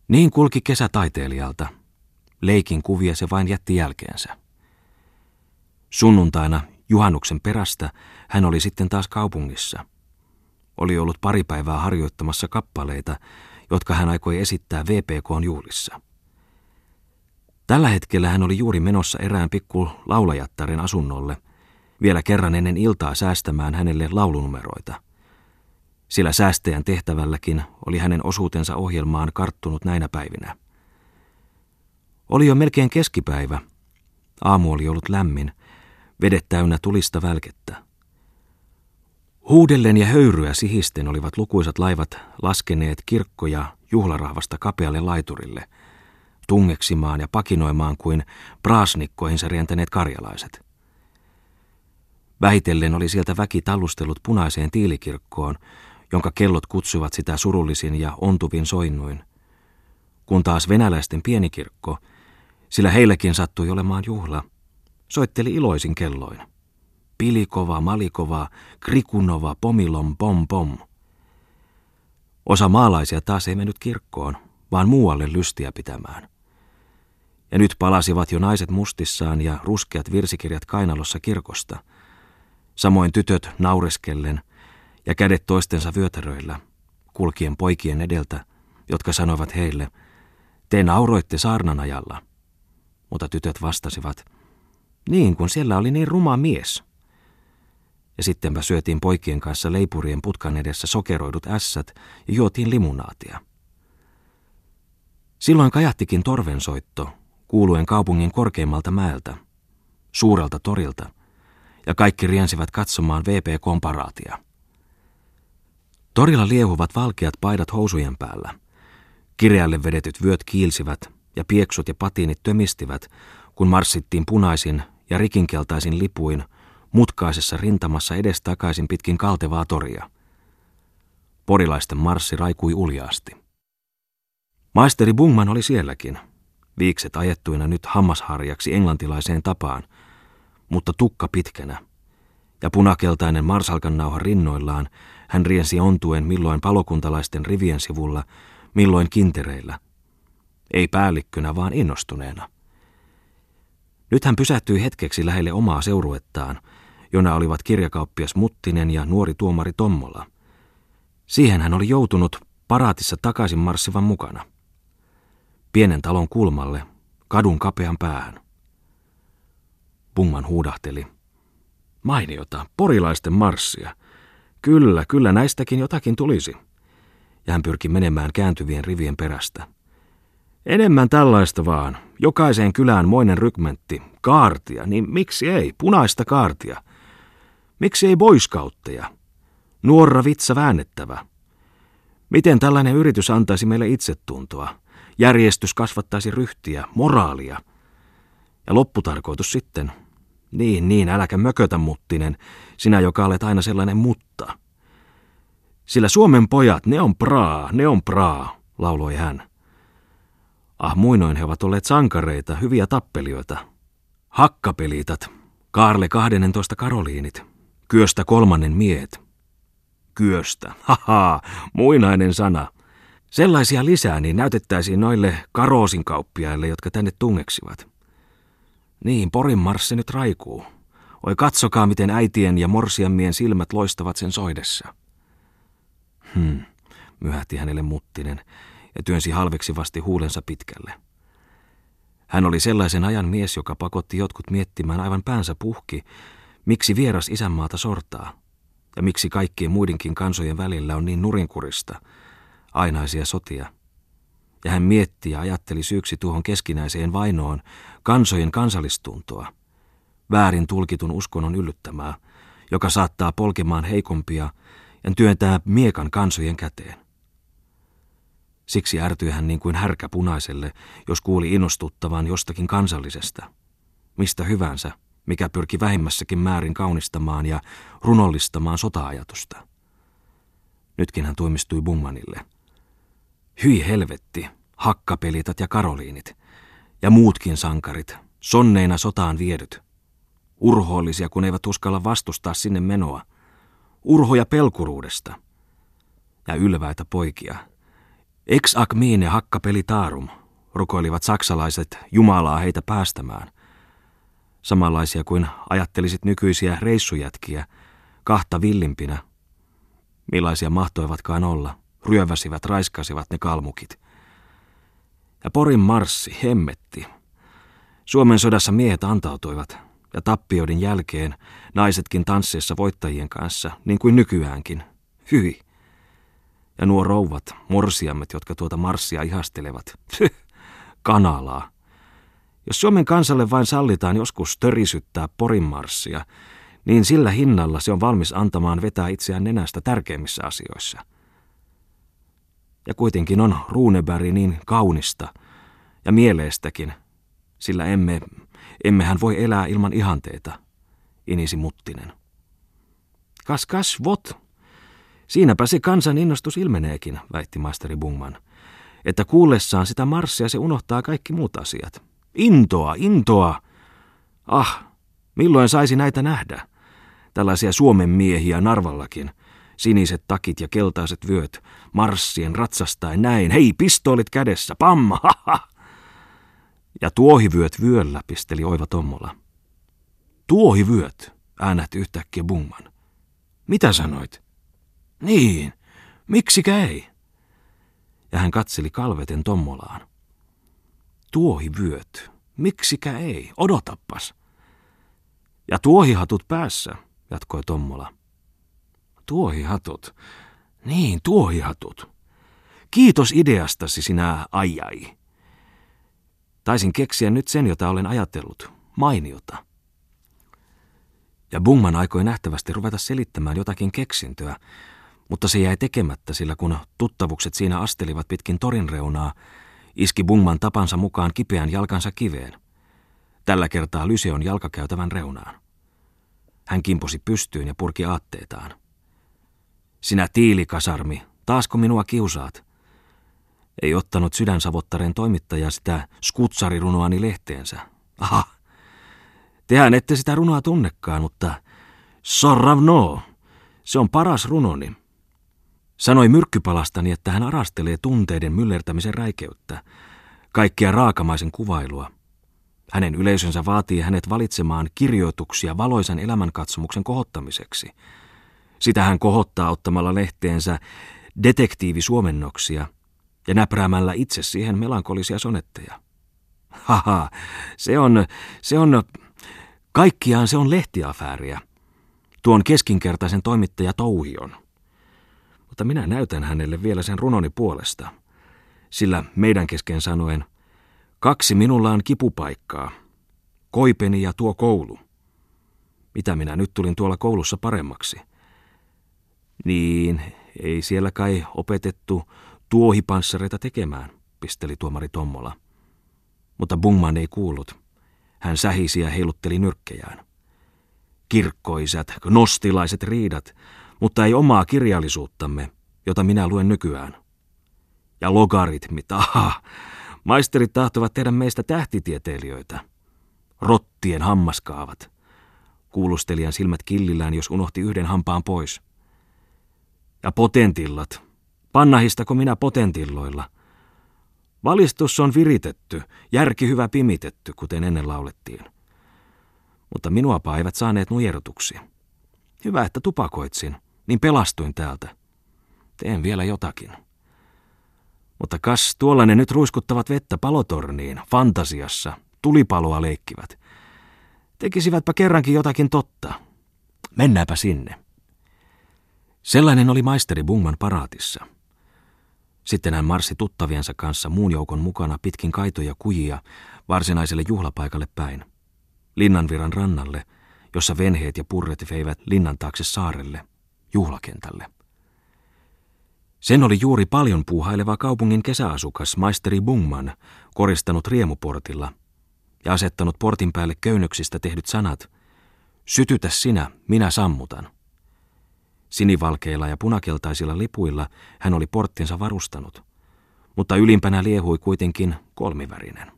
Niin kulki kesä taiteilijalta. Leikin kuvia se vain jätti jälkeensä. Sunnuntaina juhannuksen perästä hän oli sitten taas kaupungissa. Oli ollut pari päivää harjoittamassa kappaleita, jotka hän aikoi esittää VPK:n juhlissa. Tällä hetkellä hän oli juuri menossa erään pikku laulajattaren asunnolle, vielä kerran ennen iltaa säästämään hänelle laulunumeroita. Sillä säästäjän tehtävälläkin oli hänen osuutensa ohjelmaan karttunut näinä päivinä. Oli jo melkein keskipäivä. Aamu oli ollut lämmin, vedet täynnä tulista välkettä. Huudellen ja höyryä sihisten olivat lukuisat laivat laskeneet kirkkoja juhlarahvasta kapealle laiturille, tungeksimaan ja pakinoimaan kuin praasnikkoihinsa rientäneet karjalaiset. Vähitellen oli sieltä väki tallustellut punaiseen tiilikirkkoon, jonka kellot kutsuivat sitä surullisin ja ontuvin soinnuin. Kun taas venäläisten pieni kirkko, sillä heilläkin sattui olemaan juhla, soitteli iloisin kelloin. Pilikova, Malikova, Krikunova, Pomilom, pom pom. Osa maalaisia taas ei mennyt kirkkoon, vaan muualle lystiä pitämään. Ja nyt palasivat jo naiset mustissaan ja ruskeat virsikirjat kainalossa kirkosta, samoin tytöt naureskellen ja kädet toistensa vyötäröillä, kulkien poikien edeltä, jotka sanoivat heille, te nauroitte saarnan ajalla. Mutta tytöt vastasivat, niin kun siellä oli niin ruma mies. Ja sittenpä syötiin poikien kanssa leipurien putkan edessä sokeroidut ässät ja juotiin limunaatia. Silloin kajahtikin torvensoitto, kuuluen kaupungin korkeimmalta mäeltä, suurelta torilta, ja kaikki riensivät katsomaan VPK:n paraatia. Torilla liehuvat valkeat paidat housujen päällä. Kireälle vedetyt vyöt kiilsivät ja pieksut ja patiinit tömistivät, kun marssittiin punaisin ja rikinkeltaisin lipuin mutkaisessa rintamassa edestakaisin pitkin kaltevaa toria. Porilaisten marssi raikui uljaasti. Maisteri Bungman oli sielläkin, viikset ajettuina nyt hammasharjaksi englantilaiseen tapaan, mutta tukka pitkänä, ja punakeltainen marsalkannauha rinnoillaan hän riensi ontuen milloin palokuntalaisten rivien sivulla, milloin kintereillä. Ei päällikkönä, vaan innostuneena. Nyt hän pysähtyi hetkeksi lähelle omaa seuruettaan, jona olivat kirjakauppias Muttinen ja nuori tuomari Tommola. Siihen hän oli joutunut paraatissa takaisin marssivan mukana. Pienen talon kulmalle, kadun kapean päähän. Bungman huudahteli. Mainiota, porilaisten marssia. Kyllä näistäkin jotakin tulisi. Ja hän pyrki menemään kääntyvien rivien perästä. Enemmän tällaista vaan. Jokaiseen kylään moinen rykmentti. Kaartia, niin miksi ei? Punaista kaartia. Miksi ei boyskautteja? Nuorra vitsa väännettävä. Miten tällainen yritys antaisi meille itsetuntoa? Järjestys kasvattaisi ryhtiä, moraalia. Ja lopputarkoitus sitten. Niin, äläkä mökötä, Muttinen, sinä joka olet aina sellainen mutta. Sillä Suomen pojat, ne on praa, lauloi hän. Muinoin he ovat olleet sankareita, hyviä tappelijoita. Hakkapelitat, Kaarle 12 Karoliinit, Kyöstä 3 miehet. Kyöstä, muinainen sana. Sellaisia lisää niin näytettäisiin noille Karoosin kauppiaille, jotka tänne tungeksivat. Niin, Porin marssi nyt raikuu. Oi katsokaa, miten äitien ja morsiammien silmät loistavat sen soidessa. Myhähti hänelle Muttinen ja työnsi halveksivasti huulensa pitkälle. Hän oli sellaisen ajan mies, joka pakotti jotkut miettimään aivan päänsä puhki, miksi vieras isänmaata sortaa ja miksi kaikkien muidenkin kansojen välillä on niin nurinkurista, ainaisia sotia. Ja hän mietti ja ajatteli syyksi tuohon keskinäiseen vainoon kansojen kansallistuntoa, väärin tulkitun uskonnon yllyttämää, joka saattaa polkemaan heikompia ja työntää miekan kansojen käteen. Siksi ärtyi hän niin kuin härkä punaiselle, jos kuuli innostuttavan jostakin kansallisesta, mistä hyvänsä, mikä pyrki vähimmässäkin määrin kaunistamaan ja runollistamaan sota-ajatusta. Nytkin hän tuimistui Bungmanille. Hyi helvetti, hakkapelitat ja Karoliinit, ja muutkin sankarit, sonneina sotaan viedyt. Urhoollisia, kun eivät uskalla vastustaa sinne menoa. Urhoja pelkuruudesta. Ja ylväitä poikia, Ex ac mine hacca pelitarum, rukoilivat saksalaiset Jumalaa heitä päästämään. Samanlaisia kuin ajattelisit nykyisiä reissujätkiä, kahta villimpinä. Millaisia mahtoivatkaan olla, ryöväsivät, raiskasivat ne kalmukit. Ja Porin marssi, hemmetti. Suomen sodassa miehet antautuivat, ja tappioiden jälkeen naisetkin tansseissa voittajien kanssa, niin kuin nykyäänkin. Hyi. Ja nuo rouvat, morsiammet, jotka tuota marssia ihastelevat. Kanalaa. Jos Suomen kansalle vain sallitaan joskus törisyttää Porin marssia, niin sillä hinnalla se on valmis antamaan vetää itseään nenästä tärkeimmissä asioissa. Ja kuitenkin on Runeberg niin kaunista ja mieleestäkin, sillä emmehän voi elää ilman ihanteita, inisi Muttinen. Kas, vot. Siinäpä se kansan innostus ilmeneekin, väitti maisteri Bungman, että kuullessaan sitä marssia se unohtaa kaikki muut asiat. Intoa. Ah, milloin saisi näitä nähdä? Tällaisia Suomen miehiä Narvallakin. Siniset takit ja keltaiset vyöt, marssien ratsastaen näin. Hei, pistoolit kädessä, pam, haha! Ja tuohivyöt vyöllä, pisteli Oiva Tommola. Tuohivyöt, äänähti yhtäkkiä Bungman. Mitä sanoit? Niin, miksikä ei? Ja hän katseli kalveten Tommolaan. Tuohivyöt, miksikä ei, odotappas. Ja tuohihatut päässä, jatkoi Tommola. Tuohihatut, niin tuohihatut. Kiitos ideastasi sinä ai. Taisin keksiä nyt sen, jota olen ajatellut, mainiota. Ja Bungman aikoi nähtävästi ruveta selittämään jotakin keksintöä, mutta se jäi tekemättä, sillä kun tuttavukset siinä astelivat pitkin torin reunaa, iski Bungman tapansa mukaan kipeän jalkansa kiveen. Tällä kertaa Lyseon jalkakäytävän reunaan. Hän kimposi pystyyn ja purki aatteitaan. Sinä tiilikasarmi, taasko minua kiusaat? Ei ottanut Sydänsavottaren toimittaja sitä skutsarirunoani lehteensä. Aha, tehän ette sitä runoa tunnekaan, mutta sorravno, se on paras runoni. Sanoi myrkkypalastani, että hän arastelee tunteiden myllertämisen räikeyttä, kaikkea raakamaisen kuvailua. Hänen yleisönsä vaatii hänet valitsemaan kirjoituksia valoisan elämänkatsomuksen kohottamiseksi. Sitä hän kohottaa ottamalla lehteensä detektiivisuomennoksia ja näpräämällä itse siihen melankolisia sonetteja. Haha, kaikkiaan se on lehtiafääriä. Tuon keskinkertaisen toimittaja touhion. Mutta minä näytän hänelle vielä sen runoni puolesta, sillä meidän kesken sanoen, 2 minulla on kipupaikkaa, koipeni ja tuo koulu. Mitä minä nyt tulin tuolla koulussa paremmaksi? Niin, ei siellä kai opetettu tuohipanssareita tekemään, pisteli tuomari Tommola. Mutta Bungman ei kuullut. Hän sähisi ja heilutteli nyrkkejään. Kirkkoisät, gnostilaiset riidat, mutta ei omaa kirjallisuuttamme, jota minä luen nykyään. Ja logaritmit, maisterit tahtovat tehdä meistä tähtitieteilijöitä. Rottien hammaskaavat. Kuulustelijan silmät killillään, jos unohti yhden hampaan pois. Ja potentillat. Pannahistako minä potentilloilla? Valistus on viritetty, järki hyvä pimitetty, kuten ennen laulettiin. Mutta minuapa eivät saaneet nujerutuksia. Hyvä, että tupakoitsin, niin pelastuin täältä. Teen vielä jotakin. Mutta kas, tuolla ne nyt ruiskuttavat vettä palotorniin, fantasiassa, tulipaloa leikkivät. Tekisivätpä kerrankin jotakin totta. Mennääpä sinne. Sellainen oli maisteri Bungman paraatissa. Sitten hän marssi tuttaviensa kanssa muun joukon mukana pitkin kaitoja kujia varsinaiselle juhlapaikalle päin. Linnanvirran rannalle, jossa venheet ja purret veivät linnan taakse saarelle, juhlakentälle. Sen oli juuri paljon puuhaileva kaupungin kesäasukas maisteri Bungman koristanut riemuportilla ja asettanut portin päälle köynnöksistä tehdyt sanat, sytytä sinä, minä sammutan. Sinivalkeilla ja punakeltaisilla lipuilla hän oli porttinsa varustanut, mutta ylimpänä liehui kuitenkin kolmivärinen.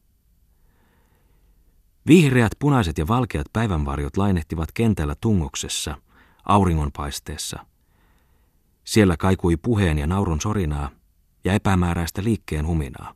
Vihreät, punaiset ja valkeat päivänvarjot lainehtivat kentällä tungoksessa, auringonpaisteessa. Siellä kaikui puheen ja naurun sorinaa, ja epämääräistä liikkeen huminaa.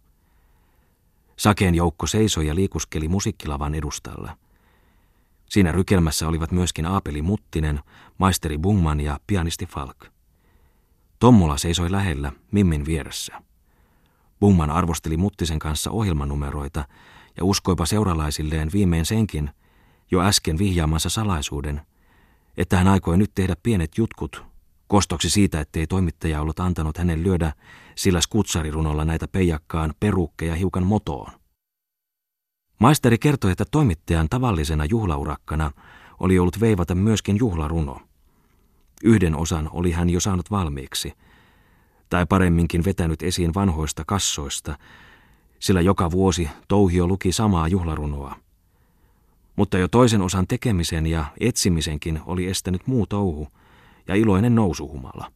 Sakeen joukko seisoi ja liikuskeli musiikkilavan edustalla. Siinä rykelmässä olivat myöskin Aapeli Muttinen, maisteri Bungman ja pianisti Falk. Tommola seisoi lähellä, Mimmin vieressä. Bungman arvosteli Muttisen kanssa ohjelmanumeroita ja uskoipa seuralaisilleen viimein senkin, jo äsken vihjaamansa salaisuuden, että hän aikoi nyt tehdä pienet jutkut, kostoksi siitä, ettei toimittaja ollut antanut hänen lyödä sillä skutsarirunolla näitä peijakkaan perukkeja hiukan motoon. Maisteri kertoi, että toimittajan tavallisena juhlaurakkana oli ollut veivata myöskin juhlaruno. Yhden osan oli hän jo saanut valmiiksi, tai paremminkin vetänyt esiin vanhoista kassoista, sillä joka vuosi Touhio luki samaa juhlarunoa. Mutta jo toisen osan tekemisen ja etsimisenkin oli estänyt muu touhu ja iloinen nousuhumala.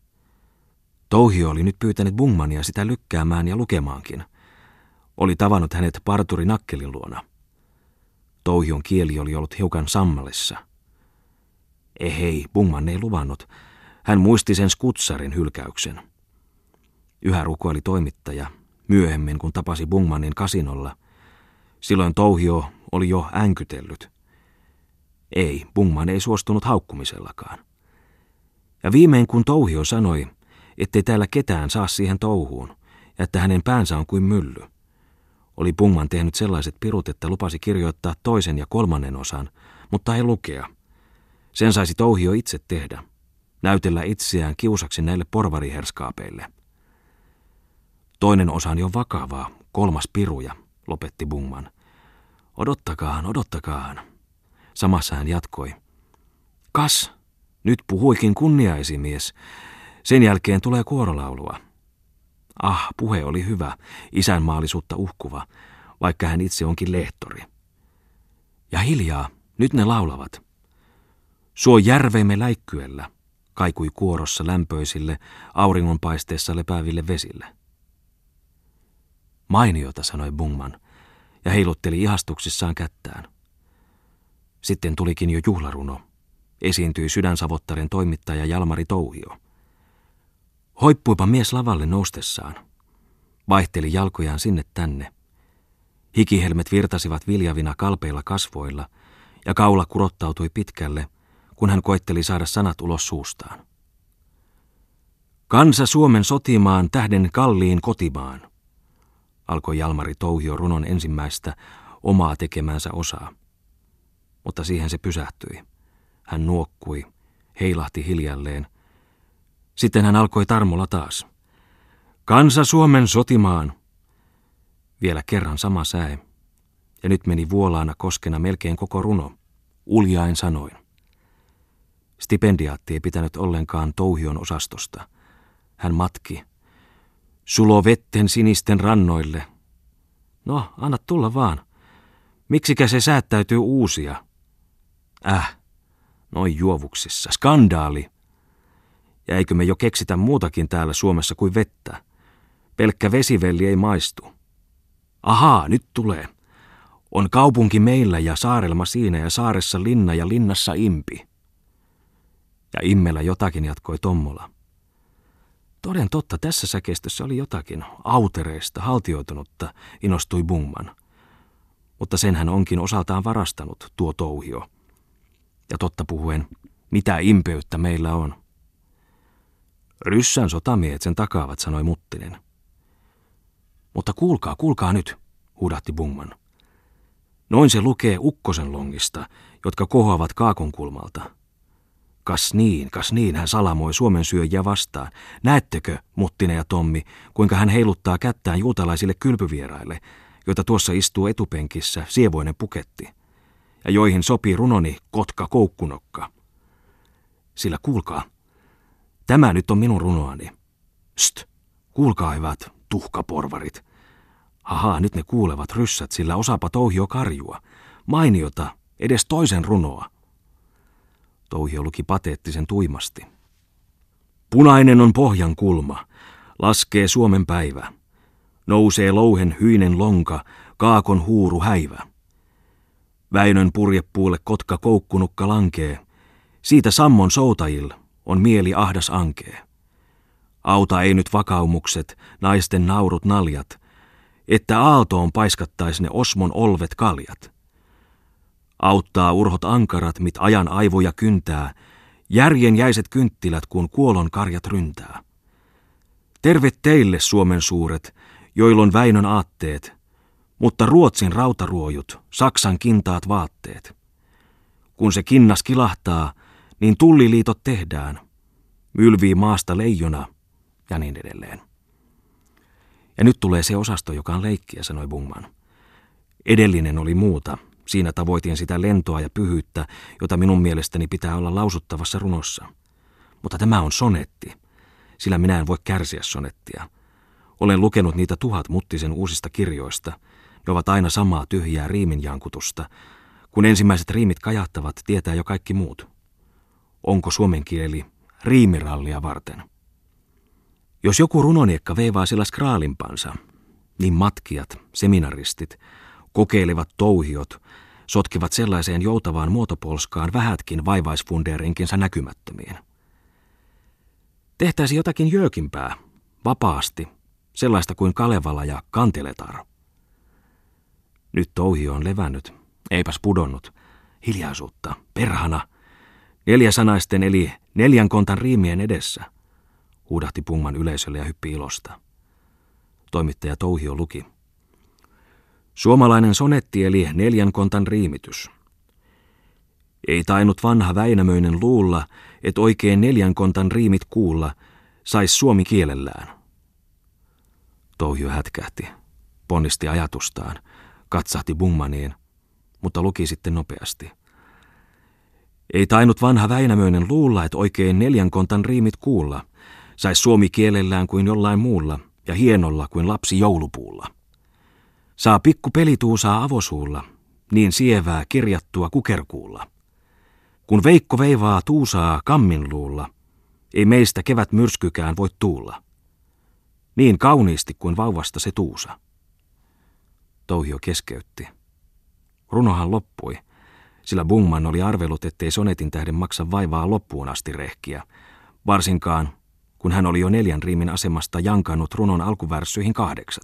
Touhio oli nyt pyytänyt Bungmania sitä lykkäämään ja lukemaankin. Oli tavannut hänet parturi Nakkelin luona. Touhion kieli oli ollut hiukan sammalissa. Ehei, Bungman ei luvannut. Hän muisti sen skutsarin hylkäyksen. Yhä rukoili toimittaja, myöhemmin kun tapasi Bungmanin kasinolla. Silloin Touhio oli jo änkytellyt. Ei, Bungman ei suostunut haukkumisellakaan. Ja viimein kun Touhio sanoi, ettei täällä ketään saa siihen touhuun, ja että hänen päänsä on kuin mylly, oli Bungman tehnyt sellaiset pirut, että lupasi kirjoittaa toisen ja kolmannen osan, mutta ei lukea. Sen saisi Touhio itse tehdä, näytellä itseään kiusaksi näille porvariherskaapeille. Toinen osa on jo vakavaa, kolmas piruja, lopetti Bungman. Odottakaan. Samassa hän jatkoi. Kas, nyt puhuikin kunniaesimies. Sen jälkeen tulee kuorolaulua. Puhe oli hyvä, isänmaallisuutta uhkuva, vaikka hän itse onkin lehtori. Ja hiljaa, nyt ne laulavat. Suo järveimme läikkyellä, kaikui kuorossa lämpöisille, auringonpaisteessa lepääville vesille. Mainiota, sanoi Bungman, ja heilutteli ihastuksissaan kättään. Sitten tulikin jo juhlaruno. Esiintyi Sydänsavottaren toimittaja Jalmari Touhio. Hoippuipa mies lavalle noustessaan. Vaihteli jalkojaan sinne tänne. Hikihelmet virtasivat viljavina kalpeilla kasvoilla, ja kaula kurottautui pitkälle, kun hän koetteli saada sanat ulos suustaan. Kansa Suomen sotimaan tähden kalliin kotimaan, alkoi Jalmari Touhio runon ensimmäistä omaa tekemänsä osaa. Mutta siihen se pysähtyi. Hän nuokkui, heilahti hiljalleen. Sitten hän alkoi tarmolla taas. Kansa Suomen sotimaan. Vielä kerran sama säe. Ja nyt meni vuolaana koskena melkein koko runo. Uljain sanoin. Stipendiaatti ei pitänyt ollenkaan Touhion osastosta. Hän matki. Sulo vetten sinisten rannoille. No, anna tulla vaan. Miksikä se säät täytyy uusia? Noin juovuksissa. Skandaali. Ja eikö me jo keksitä muutakin täällä Suomessa kuin vettä? Pelkkä vesivelli ei maistu. Ahaa, nyt tulee. On kaupunki meillä ja saarelma siinä ja saaressa linna ja linnassa impi. Ja immellä jotakin, jatkoi Tommola. Toden totta, tässä säkeistössä oli jotakin autereista, haltioitunutta, innostui Bungman. Mutta sen hän onkin osaltaan varastanut, tuo Touhio. Ja totta puhuen, mitä impeyttä meillä on. Ryssän sotamiehet sen takaavat, sanoi Muttinen. Mutta kuulkaa nyt, huudahti Bungman. Noin se lukee ukkosen longista, jotka kohoavat Kaakonkulmalta. Kas niin, hän salamoi Suomen syöjiä vastaan. Näettekö, Muttinen ja Tommi, kuinka hän heiluttaa kättään juutalaisille kylpyvieraille, joita tuossa istuu etupenkissä sievoinen puketti, ja joihin sopii runoni Kotka Koukkunokka. Sillä kuulkaa, tämä nyt on minun runoani. St, kuulkaa hyvät tuhkaporvarit. Ahaa, nyt ne kuulevat ryssät, sillä osaapa Touhio karjua. Mainiota, edes toisen runoa. Touhio luki pateettisen tuimasti. Punainen on pohjan kulma, laskee Suomen päivä. Nousee louhen hyinen lonka, Kaakon huuru häivä. Väinön purjepuulle Kotka Koukkunukka lankee, siitä sammon soutajil on mieli ahdas ankee. Auta ei nyt vakaumukset, naisten naurut naljat, että aaltoon paiskattais ne osmon olvet kaljat. Auttaa urhot ankarat, mit ajan aivoja kyntää, järjen jäiset kynttilät, kun kuolon karjat ryntää. Terve teille, Suomen suuret, joillon Väinön aatteet, mutta Ruotsin rautaruojut, Saksan kintaat vaatteet. Kun se kinnas kilahtaa, niin tulliliitot tehdään, ylvii maasta leijona ja niin edelleen. Ja nyt tulee se osasto, joka on leikkiä, sanoi Bungman. Edellinen oli muuta. Siinä tavoitin sitä lentoa ja pyhyyttä, jota minun mielestäni pitää olla lausuttavassa runossa. Mutta tämä on sonetti, sillä minä en voi kärsiä sonettia. Olen lukenut niitä 1000 Muttisen uusista kirjoista. Ne ovat aina samaa tyhjää riiminjankutusta. Kun ensimmäiset riimit kajahtavat, tietää jo kaikki muut. Onko suomen kieli riimirallia varten? Jos joku runoniekka veivaa sillä skraalimpansa, niin matkijat, seminaristit, kokeilevat touhiot sotkivat sellaiseen joutavaan muotopolskaan vähätkin vaivaisfundeerinkinsä näkymättömiin. Tehtäisi jotakin jöökimpää, vapaasti, sellaista kuin Kalevala ja Kanteletar. Nyt touhio on levännyt, eipäs pudonnut. Hiljaisuutta, perhana, 4-sanaisten eli 4 kontan riimien edessä, huudahti Bungman yleisölle ja hyppi ilosta. Toimittaja Touhio luki. Suomalainen sonetti eli 4 kontan riimitys. Ei tainnut vanha Väinämöinen luulla, et oikein 4 kontan riimit kuulla, sais suomi kielellään. Touhio hätkähti, ponnisti ajatustaan, katsahti Bungmaniin, mutta luki sitten nopeasti. Ei tainnut vanha Väinämöinen luulla, et oikein 4 kontan riimit kuulla, sais suomi kielellään kuin jollain muulla ja hienolla kuin lapsi joulupuulla. Saa pikku pelituusaa avosuulla, niin sievää kirjattua kukerkuulla. Kun Veikko veivaa tuusaa kamminluulla, ei meistä kevät myrskykään voi tuulla. Niin kauniisti kuin vauvasta se tuusa. Touhio keskeytti. Runohan loppui, sillä Bungman oli arvellut, ettei sonetin tähden maksa vaivaa loppuun asti rehkiä, varsinkaan kun hän oli jo 4 riimin asemasta jankannut runon alkuvärssyihin 8.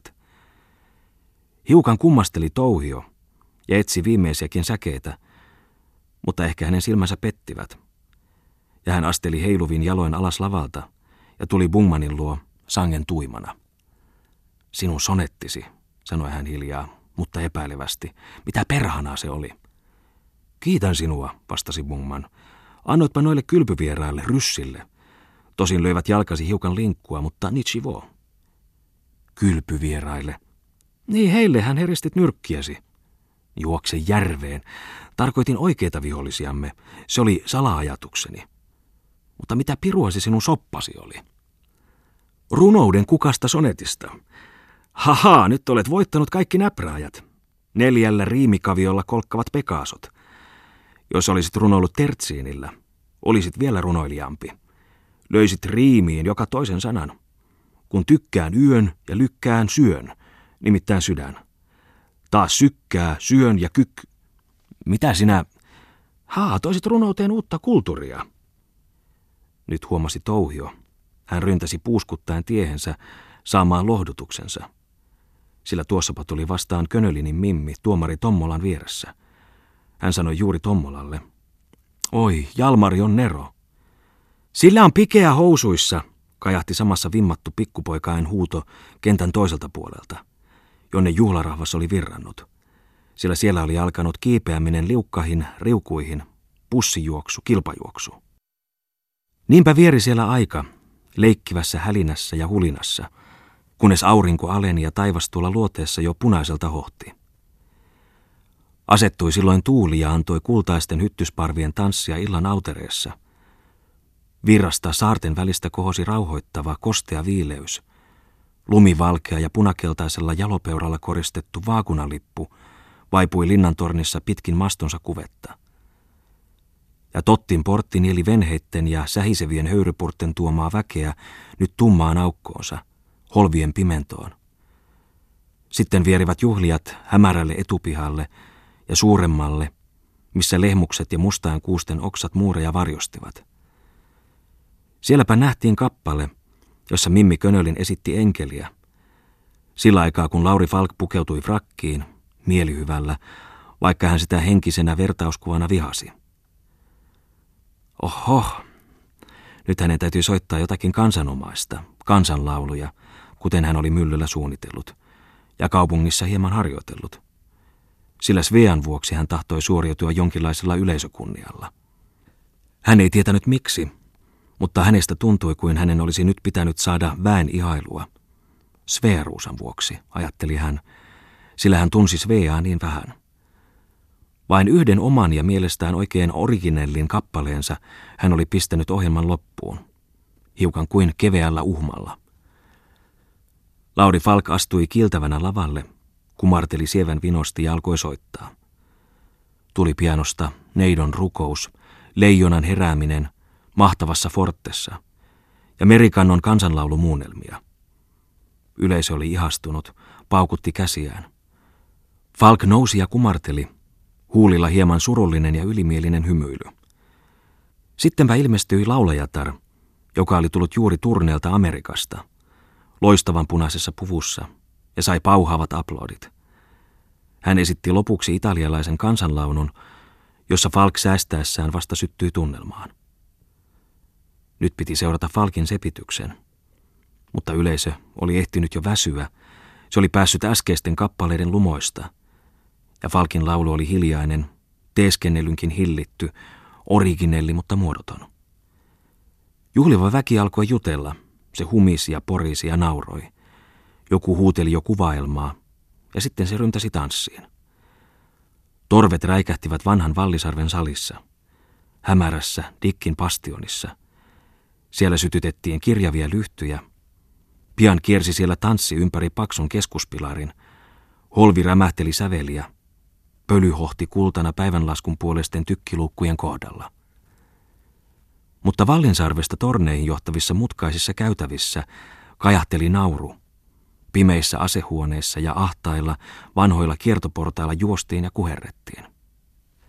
Hiukan kummasteli Touhio ja etsi viimeisiäkin säkeitä, mutta ehkä hänen silmänsä pettivät. Ja hän asteli heiluvin jaloin alas lavalta ja tuli Bungmanin luo sangen tuimana. Sinun sonettisi, sanoi hän hiljaa, mutta epäilevästi. Mitä perhanaa se oli? Kiitän sinua, vastasi Bungman. Annoitpa noille kylpyvieraille, ryssille. Tosin löivät jalkasi hiukan linkkua, mutta nichivo. Kylpyvieraille. Niin heille hän heristit nyrkkiäsi. Juokse järveen. Tarkoitin oikeita vihollisiamme. Se oli sala-ajatukseni. Mutta mitä pirua se sinun soppasi oli? Runouden kukasta sonetista. Haha, nyt olet voittanut kaikki näpräajat. 4 riimikaviolla kolkkavat pekaasot. Jos olisit runoillut tertsiinillä, olisit vielä runoilijaampi. Löysit riimiin joka toisen sanan. Kun tykkään yön ja lykkään syön, nimittäin sydän. Taas sykkää, syön ja Mitä sinä? Toisit runouteen uutta kulttuuria. Nyt huomasi Touhio. Hän ryntäsi puuskuttaen tiehensä saamaan lohdutuksensa. Sillä tuossapa tuli vastaan Könölinin Mimmi tuomari Tommolan vieressä. Hän sanoi juuri Tommolalle. Oi, Jalmari on nero. Sillä on pikeä housuissa, kajahti samassa vimmattu pikkupoikain huuto kentän toiselta puolelta, jonne juhlarahvas oli virrannut. Sillä siellä oli alkanut kiipeäminen liukkahin, riukuihin, pussijuoksu, kilpajuoksu. Niinpä vieri siellä aika, leikkivässä hälinässä ja hulinassa, kunnes aurinko aleni ja taivas tuolla luoteessa jo punaiselta hohti. Asettui silloin tuuli ja antoi kultaisten hyttysparvien tanssia illan autereessa. Virrasta saarten välistä kohosi rauhoittava, kostea viileys. Lumivalkea ja punakeltaisella jalopeuralla koristettu vaakunalippu vaipui linnantornissa pitkin mastonsa kuvetta. Ja Tottin portti nieli venheitten ja sähisevien höyrypurten tuomaa väkeä nyt tummaan aukkoonsa, holvien pimentoon. Sitten vierivät juhlijat hämärälle etupihalle ja suuremmalle, missä lehmukset ja mustaankuusten oksat muureja varjostivat. Sielläpä nähtiin kappale, jossa Mimmi Könölin esitti enkeliä. Sillä aikaa, kun Lauri Falk pukeutui frakkiin, mielihyvällä, vaikka hän sitä henkisenä vertauskuvana vihasi. Oho, nyt hänen täytyy soittaa jotakin kansanomaista, kansanlauluja, kuten hän oli myllyllä suunnitellut, ja kaupungissa hieman harjoitellut. Sillä Svean vuoksi hän tahtoi suoriutua jonkinlaisella yleisökunnialla. Hän ei tietänyt miksi, mutta hänestä tuntui kuin hänen olisi nyt pitänyt saada väen ihailua. Svearuusan vuoksi, ajatteli hän, sillä hän tunsi Sveaa niin vähän. Vain yhden oman ja mielestään oikein originellin kappaleensa hän oli pistänyt ohjelman loppuun, hiukan kuin keveällä uhmalla. Lauri Falk astui kiiltävänä lavalle, kumarteli sievän vinosti ja alkoi soittaa. Tuli pianosta neidon rukous, leijonan herääminen, mahtavassa fortessa ja merikannon kansanlaulumuunnelmia. Yleisö oli ihastunut, paukutti käsiään. Falk nousi ja kumarteli, huulilla hieman surullinen ja ylimielinen hymyily. Sittenpä ilmestyi laulajatar, joka oli tullut juuri turneelta Amerikasta, loistavan punaisessa puvussa, ja sai pauhaavat aplodit. Hän esitti lopuksi italialaisen kansanlaulun, jossa Falk säästäessään vasta syttyi tunnelmaan. Nyt piti seurata Falkin sepityksen, mutta yleisö oli ehtinyt jo väsyä. Se oli päässyt äskeisten kappaleiden lumoista, ja Falkin laulu oli hiljainen, teeskennellynkin hillitty, originelli, mutta muodoton. Juhliva väki alkoi jutella, se humisi ja porisi ja nauroi. Joku huuteli jo kuvaelmaa, ja sitten se ryntäsi tanssiin. Torvet räikähtivät vanhan Vallisarven salissa, hämärässä Dickin bastionissa. Siellä sytytettiin kirjavia lyhtyjä. Pian kiersi siellä tanssi ympäri paksun keskuspilarin. Holvi rämähteli säveliä. Pöly hohti kultana päivänlaskun puoleisten tykkiluukkujen kohdalla. Mutta Vallinsarvesta torneihin johtavissa mutkaisissa käytävissä kajahteli nauru. Pimeissä asehuoneissa ja ahtailla vanhoilla kiertoportailla juostiin ja kuherrettiin.